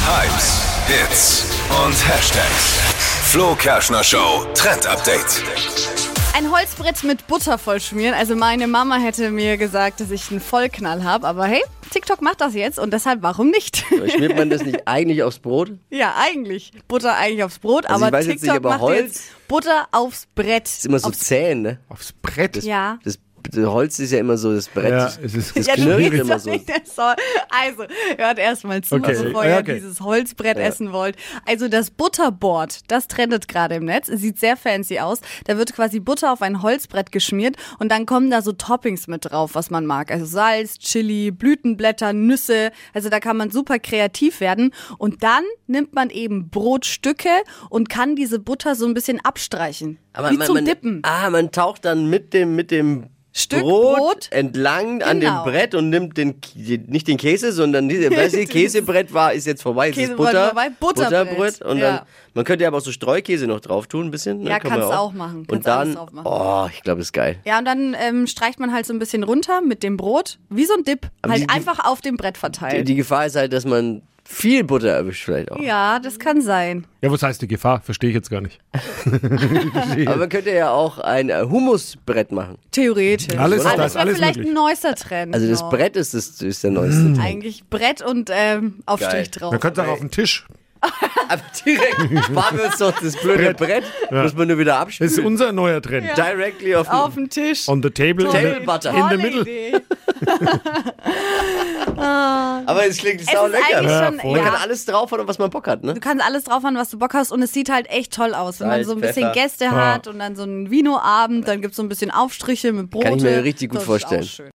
Hypes, Hits und Hashtags. Flo Kerschner Show Trend Update. Ein Holzbrett mit Butter vollschmieren. Also meine Mama hätte mir gesagt, dass ich einen Vollknall habe. Aber hey, TikTok macht das jetzt und deshalb warum nicht? Schmiert man das nicht eigentlich aufs Brot? Ja, eigentlich. Butter eigentlich aufs Brot, Also ich aber weiß jetzt nicht, TikTok aber macht Holz- jetzt Butter aufs Brett. Das ist immer so zäh, ne? Aufs Brett. Ja. Das Holz ist ja immer so, das Brett. Ja, es ist das Ja, knirrt du immer willst so. doch nicht, das soll. Also, hört erstmal zu, Okay. bevor ihr Okay. dieses Holzbrett essen wollt. Also das Butterboard, das trendet gerade im Netz. Sieht sehr fancy aus. Da wird quasi Butter auf ein Holzbrett geschmiert und dann kommen da so Toppings mit drauf, was man mag. Also Salz, Chili, Blütenblätter, Nüsse. Also da kann man super kreativ werden. Und dann nimmt man eben Brotstücke und kann diese Butter so ein bisschen abstreichen. Wie zum Dippen. Man taucht dann mit dem Stück Brot Brot. entlang an dem Genau. Brett und nimmt nicht den Käse, sondern Käsebrett ist jetzt vorbei. Es ist Käsebrett Butter, vorbei, Butterbrett. Butterbrett und Ja. dann, man könnte ja aber auch so Streukäse noch drauf tun, ein bisschen. Ne? Ja, Kann man kannst du auch machen. Und Kannst alles dann, drauf machen. ich glaube, das ist geil. Ja, und dann streicht man halt so ein bisschen runter mit dem Brot, wie so ein Dip, Aber halt einfach auf dem Brett verteilt. Die Gefahr ist halt, dass man viel Butter erwischt vielleicht auch. Ja, das kann sein. Ja, was heißt die Gefahr? Verstehe ich jetzt gar nicht. Aber man könnte ja auch ein Humusbrett machen. Theoretisch. Alles- Aber da das ist wäre alles vielleicht möglich. ein neuester Trend. Also das noch. Brett ist der neueste Trend. Eigentlich Brett und Aufstrich Geil. drauf. Man könnte es auch auf den Tisch. Aber direkt sparen wir uns doch das blöde Brett. Muss man nur wieder Das abspülen. ist unser neuer Trend. Directly auf Auf dem Tisch. On the table. Table Butter. In the Tolle middle. Idee. Aber es klingt Es sau ist lecker. eigentlich Ja, schon, voll. Man kann ja, alles drauf haben, was man Bock hat, ne? du kannst alles drauf haben, was du Bock hast und es sieht halt echt toll aus. Wenn man Salz, so ein bisschen Pfeffer. Gäste hat und dann so einen Vino-Abend, dann gibt es so ein bisschen Aufstriche mit Brote. Kann ich mir richtig gut Das ist auch vorstellen. schön.